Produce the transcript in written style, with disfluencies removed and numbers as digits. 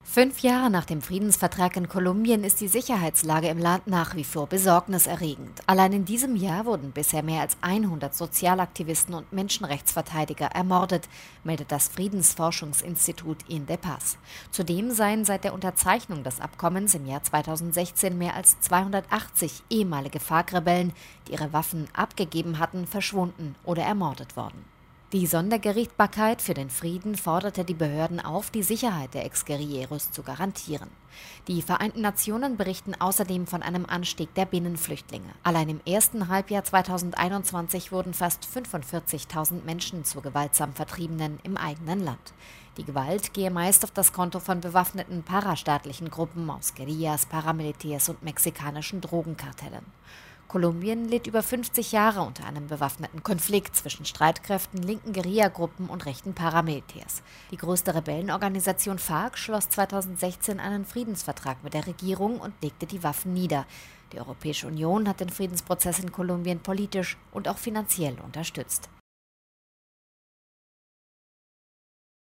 5 Jahre nach dem Friedensvertrag in Kolumbien ist die Sicherheitslage im Land nach wie vor besorgniserregend. Allein in diesem Jahr wurden bisher mehr als 100 Sozialaktivisten und Menschenrechtsverteidiger ermordet, meldet das Friedensforschungsinstitut INDEPAZ. Zudem seien seit der Unterzeichnung des Abkommens im Jahr 2016 mehr als 280 ehemalige FARC-Rebellen, die ihre Waffen abgegeben hatten, verschwunden oder ermordet worden. Die Sondergerichtsbarkeit für den Frieden forderte die Behörden auf, die Sicherheit der Ex-Guerilleros zu garantieren. Die Vereinten Nationen berichten außerdem von einem Anstieg der Binnenflüchtlinge. Allein im ersten Halbjahr 2021 wurden fast 45.000 Menschen zu gewaltsam Vertriebenen im eigenen Land. Die Gewalt gehe meist auf das Konto von bewaffneten parastaatlichen Gruppen aus Guerillas, Paramilitärs und mexikanischen Drogenkartellen. Kolumbien litt über 50 Jahre unter einem bewaffneten Konflikt zwischen Streitkräften, linken Guerillagruppen und rechten Paramilitärs. Die größte Rebellenorganisation FARC schloss 2016 einen Friedensvertrag mit der Regierung und legte die Waffen nieder. Die Europäische Union hat den Friedensprozess in Kolumbien politisch und auch finanziell unterstützt.